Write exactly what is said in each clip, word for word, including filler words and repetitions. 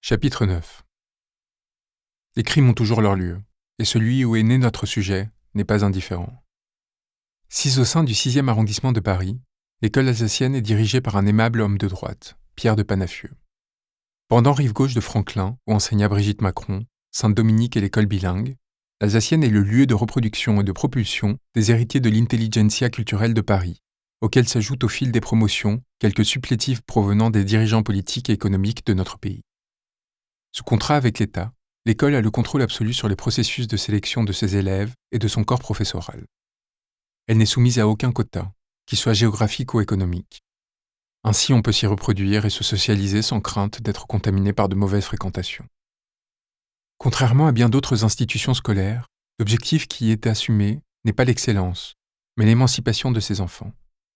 Chapitre neuf. Les crimes ont toujours leur lieu, et celui où est né notre sujet n'est pas indifférent. Si au sein du sixième arrondissement de Paris, l'école alsacienne est dirigée par un aimable homme de droite, Pierre de Panafieux. Pendant rive gauche de Franklin, où enseigna Brigitte Macron, Saint-Dominique et l'école bilingue, l'Alsacienne est le lieu de reproduction et de propulsion des héritiers de l'intelligentsia culturelle de Paris, auxquels s'ajoutent au fil des promotions quelques supplétifs provenant des dirigeants politiques et économiques de notre pays. Sous contrat avec l'État, l'école a le contrôle absolu sur les processus de sélection de ses élèves et de son corps professoral. Elle n'est soumise à aucun quota, qu'il soit géographique ou économique. Ainsi, on peut s'y reproduire et se socialiser sans crainte d'être contaminé par de mauvaises fréquentations. Contrairement à bien d'autres institutions scolaires, l'objectif qui y est assumé n'est pas l'excellence, mais l'émancipation de ses enfants.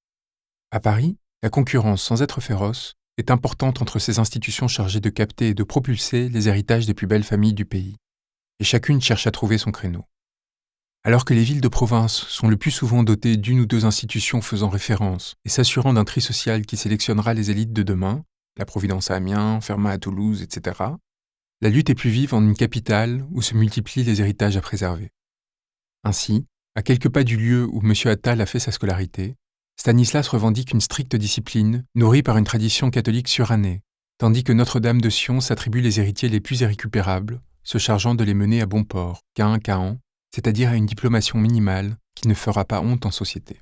À Paris, la concurrence, sans être féroce, est importante entre ces institutions chargées de capter et de propulser les héritages des plus belles familles du pays, et chacune cherche à trouver son créneau. Alors que les villes de province sont le plus souvent dotées d'une ou deux institutions faisant référence et s'assurant d'un tri social qui sélectionnera les élites de demain, la Providence à Amiens, Fermat à Toulouse, et cetera, la lutte est plus vive en une capitale où se multiplient les héritages à préserver. Ainsi, à quelques pas du lieu où M. Attal a fait sa scolarité, Stanislas revendique une stricte discipline, nourrie par une tradition catholique surannée, tandis que Notre-Dame de Sion s'attribue les héritiers les plus irrécupérables, se chargeant de les mener à bon port, qu'à un qu'à an, c'est-à-dire à une diplomation minimale qui ne fera pas honte en société.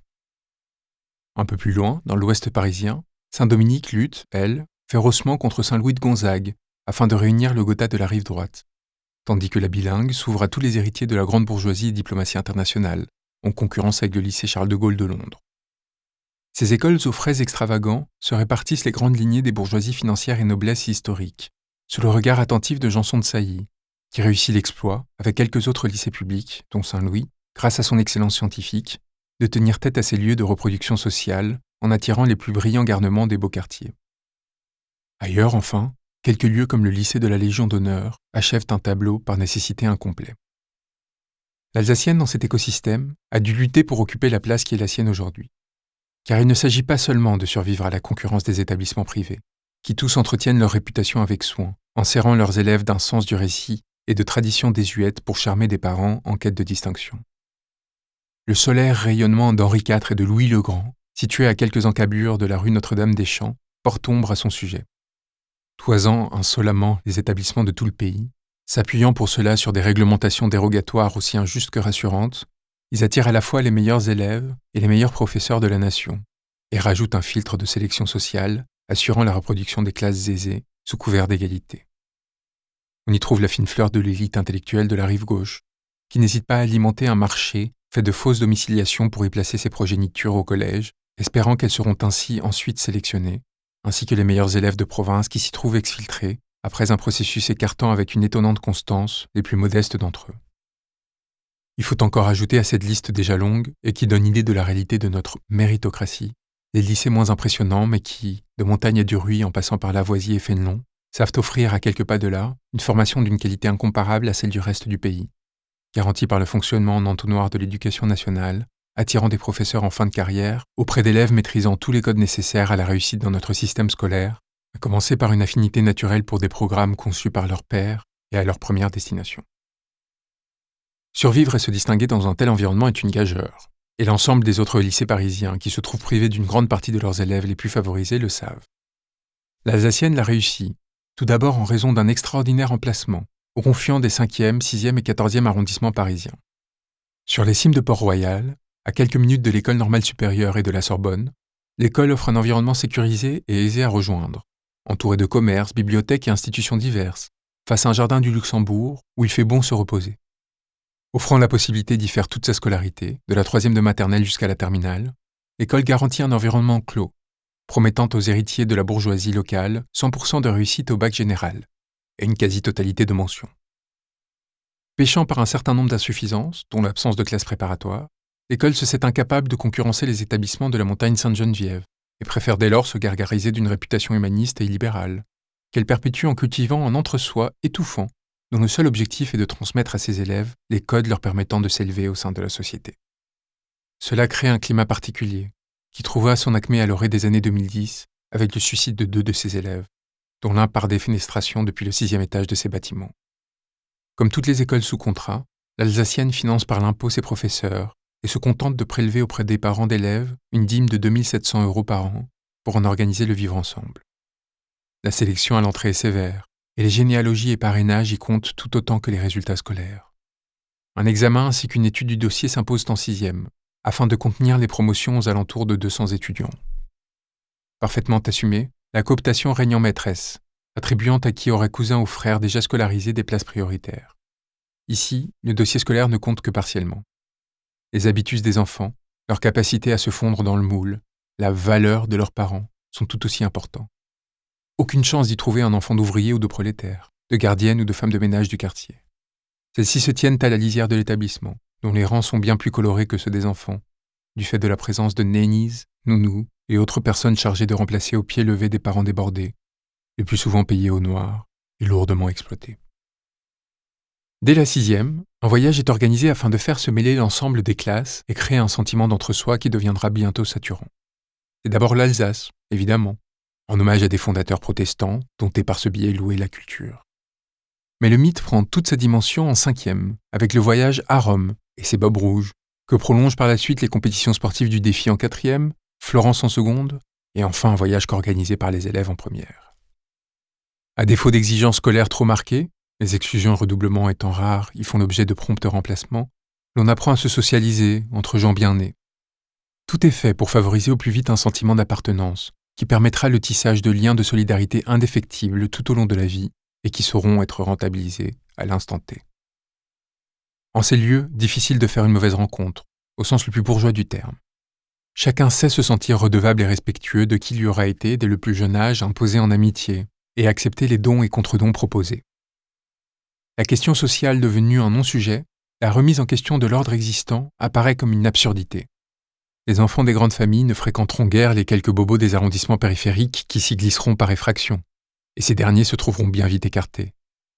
Un peu plus loin, dans l'ouest parisien, Saint-Dominique lutte, elle, férocement contre Saint-Louis de Gonzague, afin de réunir le Gotha de la rive droite, tandis que la bilingue s'ouvre à tous les héritiers de la grande bourgeoisie et diplomatie internationale, en concurrence avec le lycée Charles de Gaulle de Londres. Ces écoles aux frais extravagants se répartissent les grandes lignées des bourgeoisies financières et noblesses historiques, sous le regard attentif de Janson de Sailly, qui réussit l'exploit, avec quelques autres lycées publics, dont Saint-Louis, grâce à son excellence scientifique, de tenir tête à ces lieux de reproduction sociale en attirant les plus brillants garnements des beaux quartiers. Ailleurs, enfin, quelques lieux comme le lycée de la Légion d'honneur achèvent un tableau par nécessité incomplet. L'Alsacienne, dans cet écosystème, a dû lutter pour occuper la place qui est la sienne aujourd'hui. Car il ne s'agit pas seulement de survivre à la concurrence des établissements privés, qui tous entretiennent leur réputation avec soin, en serrant leurs élèves d'un sens du récit et de traditions désuètes pour charmer des parents en quête de distinction. Le solaire rayonnement d'Henri quatre et de Louis le Grand, situé à quelques encablures de la rue Notre-Dame-des-Champs, porte ombre à son sujet. Toisant insolemment les établissements de tout le pays, s'appuyant pour cela sur des réglementations dérogatoires aussi injustes que rassurantes, ils attirent à la fois les meilleurs élèves et les meilleurs professeurs de la nation, et rajoutent un filtre de sélection sociale, assurant la reproduction des classes aisées, sous couvert d'égalité. On y trouve la fine fleur de l'élite intellectuelle de la rive gauche, qui n'hésite pas à alimenter un marché fait de fausses domiciliations pour y placer ses progénitures au collège, espérant qu'elles seront ainsi ensuite sélectionnées, ainsi que les meilleurs élèves de province qui s'y trouvent exfiltrés, après un processus écartant avec une étonnante constance les plus modestes d'entre eux. Il faut encore ajouter à cette liste déjà longue, et qui donne idée de la réalité de notre méritocratie, les lycées moins impressionnants, mais qui, de Montagne à Duruy en passant par Lavoisier et Fénelon, savent offrir à quelques pas de là une formation d'une qualité incomparable à celle du reste du pays, garantie par le fonctionnement en entonnoir de l'éducation nationale, attirant des professeurs en fin de carrière, auprès d'élèves maîtrisant tous les codes nécessaires à la réussite dans notre système scolaire, à commencer par une affinité naturelle pour des programmes conçus par leurs pairs et à leur première destination. Survivre et se distinguer dans un tel environnement est une gageure, et l'ensemble des autres lycées parisiens qui se trouvent privés d'une grande partie de leurs élèves les plus favorisés le savent. L'Alsacienne l'a réussi, tout d'abord en raison d'un extraordinaire emplacement, au confluent des cinquième, sixième et quatorzième arrondissements parisiens. Sur les cimes de Port-Royal, à quelques minutes de l'école normale supérieure et de la Sorbonne, l'école offre un environnement sécurisé et aisé à rejoindre, entouré de commerces, bibliothèques et institutions diverses, face à un jardin du Luxembourg où il fait bon se reposer. Offrant la possibilité d'y faire toute sa scolarité, de la troisième de maternelle jusqu'à la terminale, l'école garantit un environnement clos, promettant aux héritiers de la bourgeoisie locale cent pour cent de réussite au bac général et une quasi-totalité de mentions. Péchant par un certain nombre d'insuffisances, dont l'absence de classe préparatoire, l'école se sait incapable de concurrencer les établissements de la montagne Sainte-Geneviève et préfère dès lors se gargariser d'une réputation humaniste et libérale, qu'elle perpétue en cultivant un entre-soi étouffant dont le seul objectif est de transmettre à ses élèves les codes leur permettant de s'élever au sein de la société. Cela crée un climat particulier, qui trouva son acmé à l'orée des années deux mille dix, avec le suicide de deux de ses élèves, dont l'un part des fenestrations depuis le sixième étage de ses bâtiments. Comme toutes les écoles sous contrat, l'Alsacienne finance par l'impôt ses professeurs et se contente de prélever auprès des parents d'élèves une dîme de deux mille sept cents euros par an pour en organiser le vivre ensemble. La sélection à l'entrée est sévère, et les généalogies et parrainages y comptent tout autant que les résultats scolaires. Un examen ainsi qu'une étude du dossier s'imposent en sixième, afin de contenir les promotions aux alentours de deux cents étudiants. Parfaitement assumée, la cooptation règne en maîtresse, attribuant à qui aurait cousin ou frère déjà scolarisé des places prioritaires. Ici, le dossier scolaire ne compte que partiellement. Les habitus des enfants, leur capacité à se fondre dans le moule, la valeur de leurs parents sont tout aussi importants. Aucune chance d'y trouver un enfant d'ouvrier ou de prolétaire, de gardienne ou de femme de ménage du quartier. Celles-ci se tiennent à la lisière de l'établissement, dont les rangs sont bien plus colorés que ceux des enfants, du fait de la présence de nannies, nounous et autres personnes chargées de remplacer au pied levé des parents débordés, les plus souvent payés au noir et lourdement exploités. Dès la sixième, un voyage est organisé afin de faire se mêler l'ensemble des classes et créer un sentiment d'entre-soi qui deviendra bientôt saturant. C'est d'abord l'Alsace, évidemment, en hommage à des fondateurs protestants, dont est par ce biais louée la culture. Mais le mythe prend toute sa dimension en cinquième, avec le voyage à Rome et ses bobs rouges, que prolongent par la suite les compétitions sportives du défi en quatrième, Florence en seconde, et enfin un voyage qu'organisé par les élèves en première. À défaut d'exigences scolaires trop marquées, les exclusions et redoublements étant rares, y font l'objet de prompts remplacements, l'on apprend à se socialiser entre gens bien nés. Tout est fait pour favoriser au plus vite un sentiment d'appartenance, qui permettra le tissage de liens de solidarité indéfectibles tout au long de la vie et qui sauront être rentabilisés à l'instant T. En ces lieux, difficile de faire une mauvaise rencontre, au sens le plus bourgeois du terme. Chacun sait se sentir redevable et respectueux de qui lui aura été, dès le plus jeune âge, imposé en amitié et accepter les dons et contre-dons proposés. La question sociale devenue un non-sujet, la remise en question de l'ordre existant apparaît comme une absurdité. Les enfants des grandes familles ne fréquenteront guère les quelques bobos des arrondissements périphériques qui s'y glisseront par effraction, et ces derniers se trouveront bien vite écartés.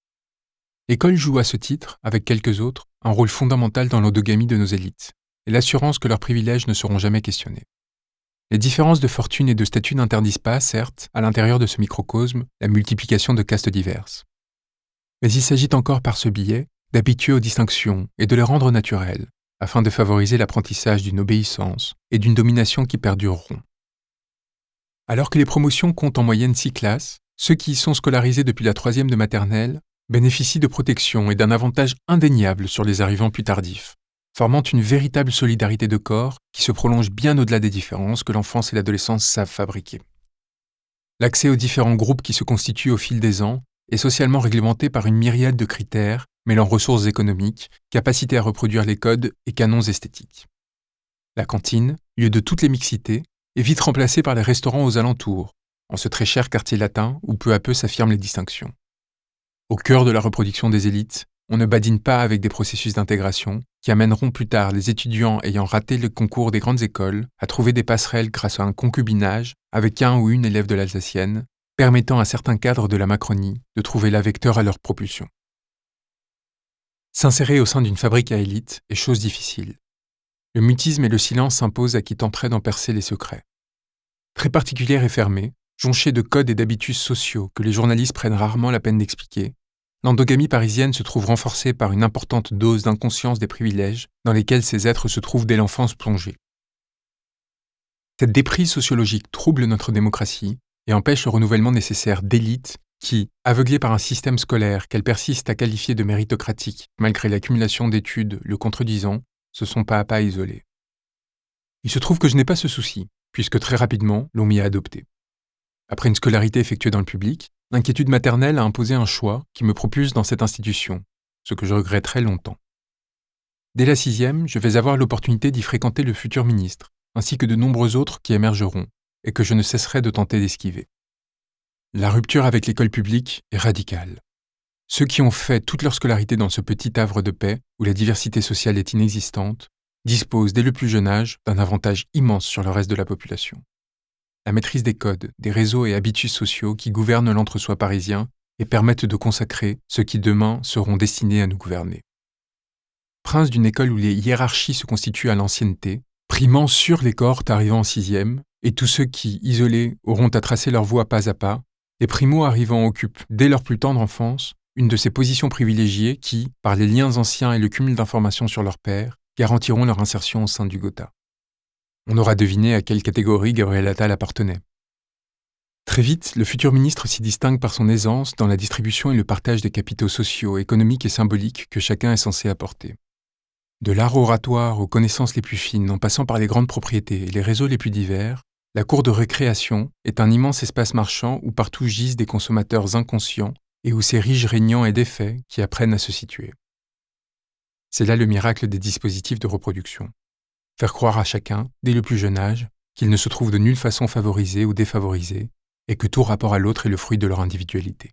L'école joue à ce titre, avec quelques autres, un rôle fondamental dans l'endogamie de nos élites, et l'assurance que leurs privilèges ne seront jamais questionnés. Les différences de fortune et de statut n'interdisent pas, certes, à l'intérieur de ce microcosme, la multiplication de castes diverses. Mais il s'agit encore par ce biais d'habituer aux distinctions et de les rendre naturelles, afin de favoriser l'apprentissage d'une obéissance et d'une domination qui perdureront. Alors que les promotions comptent en moyenne six classes, ceux qui y sont scolarisés depuis la troisième de maternelle bénéficient de protection et d'un avantage indéniable sur les arrivants plus tardifs, formant une véritable solidarité de corps qui se prolonge bien au-delà des différences que l'enfance et l'adolescence savent fabriquer. L'accès aux différents groupes qui se constituent au fil des ans est socialement réglementé par une myriade de critères mêlant ressources économiques, capacité à reproduire les codes et canons esthétiques. La cantine, lieu de toutes les mixités, est vite remplacée par les restaurants aux alentours, en ce très cher quartier latin où peu à peu s'affirment les distinctions. Au cœur de la reproduction des élites, on ne badine pas avec des processus d'intégration qui amèneront plus tard les étudiants ayant raté le concours des grandes écoles à trouver des passerelles grâce à un concubinage avec un ou une élève de l'Alsacienne, permettant à certains cadres de la Macronie de trouver la vecteur à leur propulsion. S'insérer au sein d'une fabrique à élite est chose difficile. Le mutisme et le silence s'imposent à qui tenterait d'en percer les secrets. Très particulière et fermée, jonchée de codes et d'habitudes sociaux que les journalistes prennent rarement la peine d'expliquer, l'endogamie parisienne se trouve renforcée par une importante dose d'inconscience des privilèges dans lesquels ces êtres se trouvent dès l'enfance plongés. Cette déprise sociologique trouble notre démocratie et empêche le renouvellement nécessaire d'élites qui, aveuglées par un système scolaire qu'elles persistent à qualifier de méritocratique malgré l'accumulation d'études le contredisant, se sont pas à pas isolées. Il se trouve que je n'ai pas ce souci, puisque très rapidement, l'on m'y a adopté. Après une scolarité effectuée dans le public, l'inquiétude maternelle a imposé un choix qui me propulse dans cette institution, ce que je regretterai longtemps. Dès la sixième, je vais avoir l'opportunité d'y fréquenter le futur ministre, ainsi que de nombreux autres qui émergeront, et que je ne cesserai de tenter d'esquiver. La rupture avec l'école publique est radicale. Ceux qui ont fait toute leur scolarité dans ce petit havre de paix, où la diversité sociale est inexistante, disposent dès le plus jeune âge d'un avantage immense sur le reste de la population. La maîtrise des codes, des réseaux et habitus sociaux qui gouvernent l'entre-soi parisien et permettent de consacrer ceux qui demain seront destinés à nous gouverner. Prince d'une école où les hiérarchies se constituent à l'ancienneté, primant sur les cohortes arrivant en sixième, et tous ceux qui, isolés, auront à tracer leur voie pas à pas, Les primo-arrivants occupent, dès leur plus tendre enfance, une de ces positions privilégiées qui, par les liens anciens et le cumul d'informations sur leurs pairs, garantiront leur insertion au sein du Gotha. On aura deviné à quelle catégorie Gabriel Attal appartenait. Très vite, le futur ministre s'y distingue par son aisance dans la distribution et le partage des capitaux sociaux, économiques et symboliques que chacun est censé apporter. De l'art oratoire aux connaissances les plus fines, en passant par les grandes propriétés et les réseaux les plus divers, la cour de récréation est un immense espace marchand où partout gisent des consommateurs inconscients et où ces riches régnants et défaits qui apprennent à se situer. C'est là le miracle des dispositifs de reproduction. Faire croire à chacun, dès le plus jeune âge, qu'il ne se trouve de nulle façon favorisé ou défavorisé, et que tout rapport à l'autre est le fruit de leur individualité.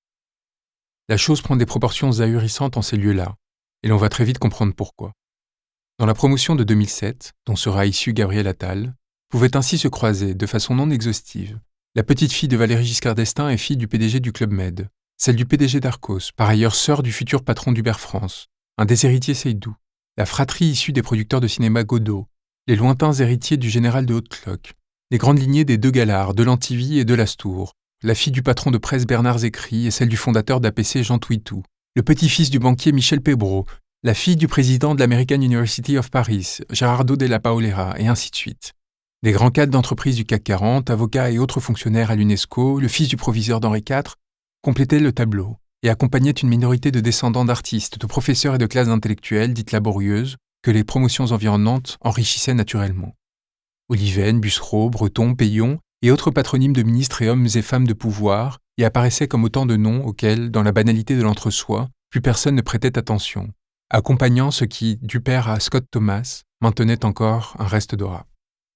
La chose prend des proportions ahurissantes en ces lieux-là, et l'on va très vite comprendre pourquoi. Dans la promotion de deux mille sept, dont sera issu Gabriel Attal, pouvait ainsi se croiser, de façon non exhaustive, la petite fille de Valéry Giscard d'Estaing et fille du P D G du Club Med, celle du P D G d'Arcos, par ailleurs sœur du futur patron d'Uber France, un des héritiers Seydoux, la fratrie issue des producteurs de cinéma Godot, les lointains héritiers du général de Haute-Cloque, les grandes lignées des deux Galard, de Lantivy et de Lastour, la fille du patron de presse Bernard Zécry et celle du fondateur d'A P C Jean Touitou, le petit-fils du banquier Michel Pébreau, la fille du président de l'American University of Paris, Gerardo Della Paolera, et ainsi de suite. Des grands cadres d'entreprises du C A C quarante, avocats et autres fonctionnaires à l'UNESCO, le fils du proviseur d'Henri quatre, complétaient le tableau et accompagnaient une minorité de descendants d'artistes, de professeurs et de classes intellectuelles dites laborieuses que les promotions environnantes enrichissaient naturellement. Oliven, Bussereau, Breton, Payon et autres patronymes de ministres et hommes et femmes de pouvoir y apparaissaient comme autant de noms auxquels, dans la banalité de l'entre-soi, plus personne ne prêtait attention, accompagnant ce qui, du père à Scott Thomas, maintenait encore un reste d'aura.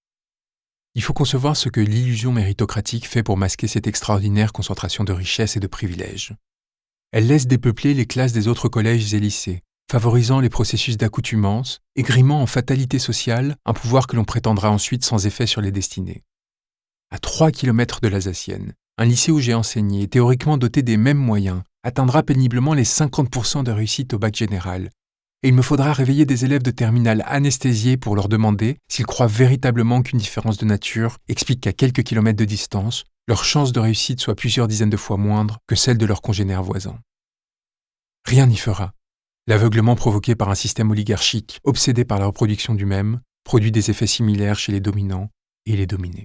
Il faut concevoir ce que l'illusion méritocratique fait pour masquer cette extraordinaire concentration de richesses et de privilèges. Elle laisse dépeupler les classes des autres collèges et lycées, favorisant les processus d'accoutumance et grimant en fatalité sociale un pouvoir que l'on prétendra ensuite sans effet sur les destinées. À trois kilomètres de l'Alsacienne, un lycée où j'ai enseigné, théoriquement doté des mêmes moyens, atteindra péniblement les cinquante pour cent de réussite au bac général. Et il me faudra réveiller des élèves de terminale anesthésiés pour leur demander s'ils croient véritablement qu'une différence de nature explique qu'à quelques kilomètres de distance, leur chance de réussite soit plusieurs dizaines de fois moindre que celle de leurs congénères voisins. Rien n'y fera. L'aveuglement provoqué par un système oligarchique, obsédé par la reproduction du même, produit des effets similaires chez les dominants et les dominés.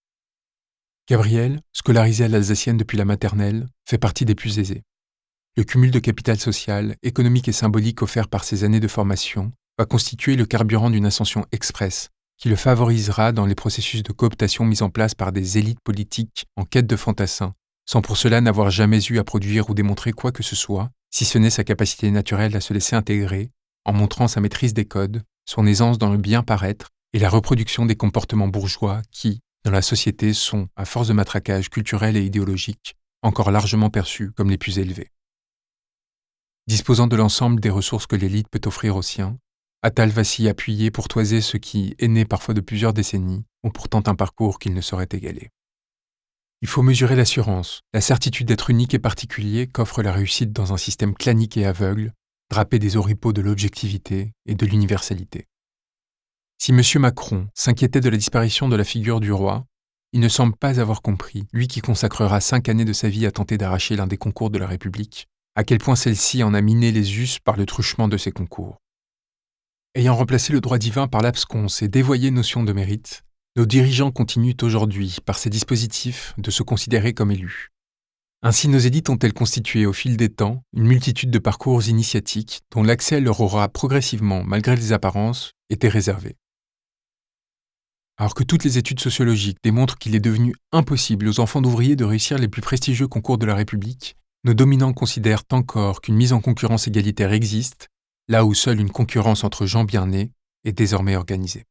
Gabriel, scolarisé à l'Alsacienne depuis la maternelle, fait partie des plus aisés. Le cumul de capital social, économique et symbolique offert par ces années de formation va constituer le carburant d'une ascension express qui le favorisera dans les processus de cooptation mis en place par des élites politiques en quête de fantassins, sans pour cela n'avoir jamais eu à produire ou démontrer quoi que ce soit, si ce n'est sa capacité naturelle à se laisser intégrer, en montrant sa maîtrise des codes, son aisance dans le bien paraître et la reproduction des comportements bourgeois qui, dans la société, sont, à force de matraquage culturel et idéologique, encore largement perçus comme les plus élevés. Disposant de l'ensemble des ressources que l'élite peut offrir aux siens, Attal va s'y appuyer pour toiser ceux qui, aînés parfois de plusieurs décennies, ont pourtant un parcours qu'il ne saurait égaler. Il faut mesurer l'assurance, la certitude d'être unique et particulier qu'offre la réussite dans un système clanique et aveugle, drapé des oripeaux de l'objectivité et de l'universalité. Si M. Macron s'inquiétait de la disparition de la figure du roi, il ne semble pas avoir compris, lui qui consacrera cinq années de sa vie à tenter d'arracher l'un des concours de la République, à quel point celle-ci en a miné les us par le truchement de ses concours. Ayant remplacé le droit divin par l'absconce et dévoyé notion de mérite, nos dirigeants continuent aujourd'hui, par ces dispositifs, de se considérer comme élus. Ainsi, nos élites ont-elles constitué au fil des temps une multitude de parcours initiatiques dont l'accès leur aura progressivement, malgré les apparences, été réservé. Alors que toutes les études sociologiques démontrent qu'il est devenu impossible aux enfants d'ouvriers de réussir les plus prestigieux concours de la République, nos dominants considèrent encore qu'une mise en concurrence égalitaire existe, là où seule une concurrence entre gens bien nés est désormais organisée.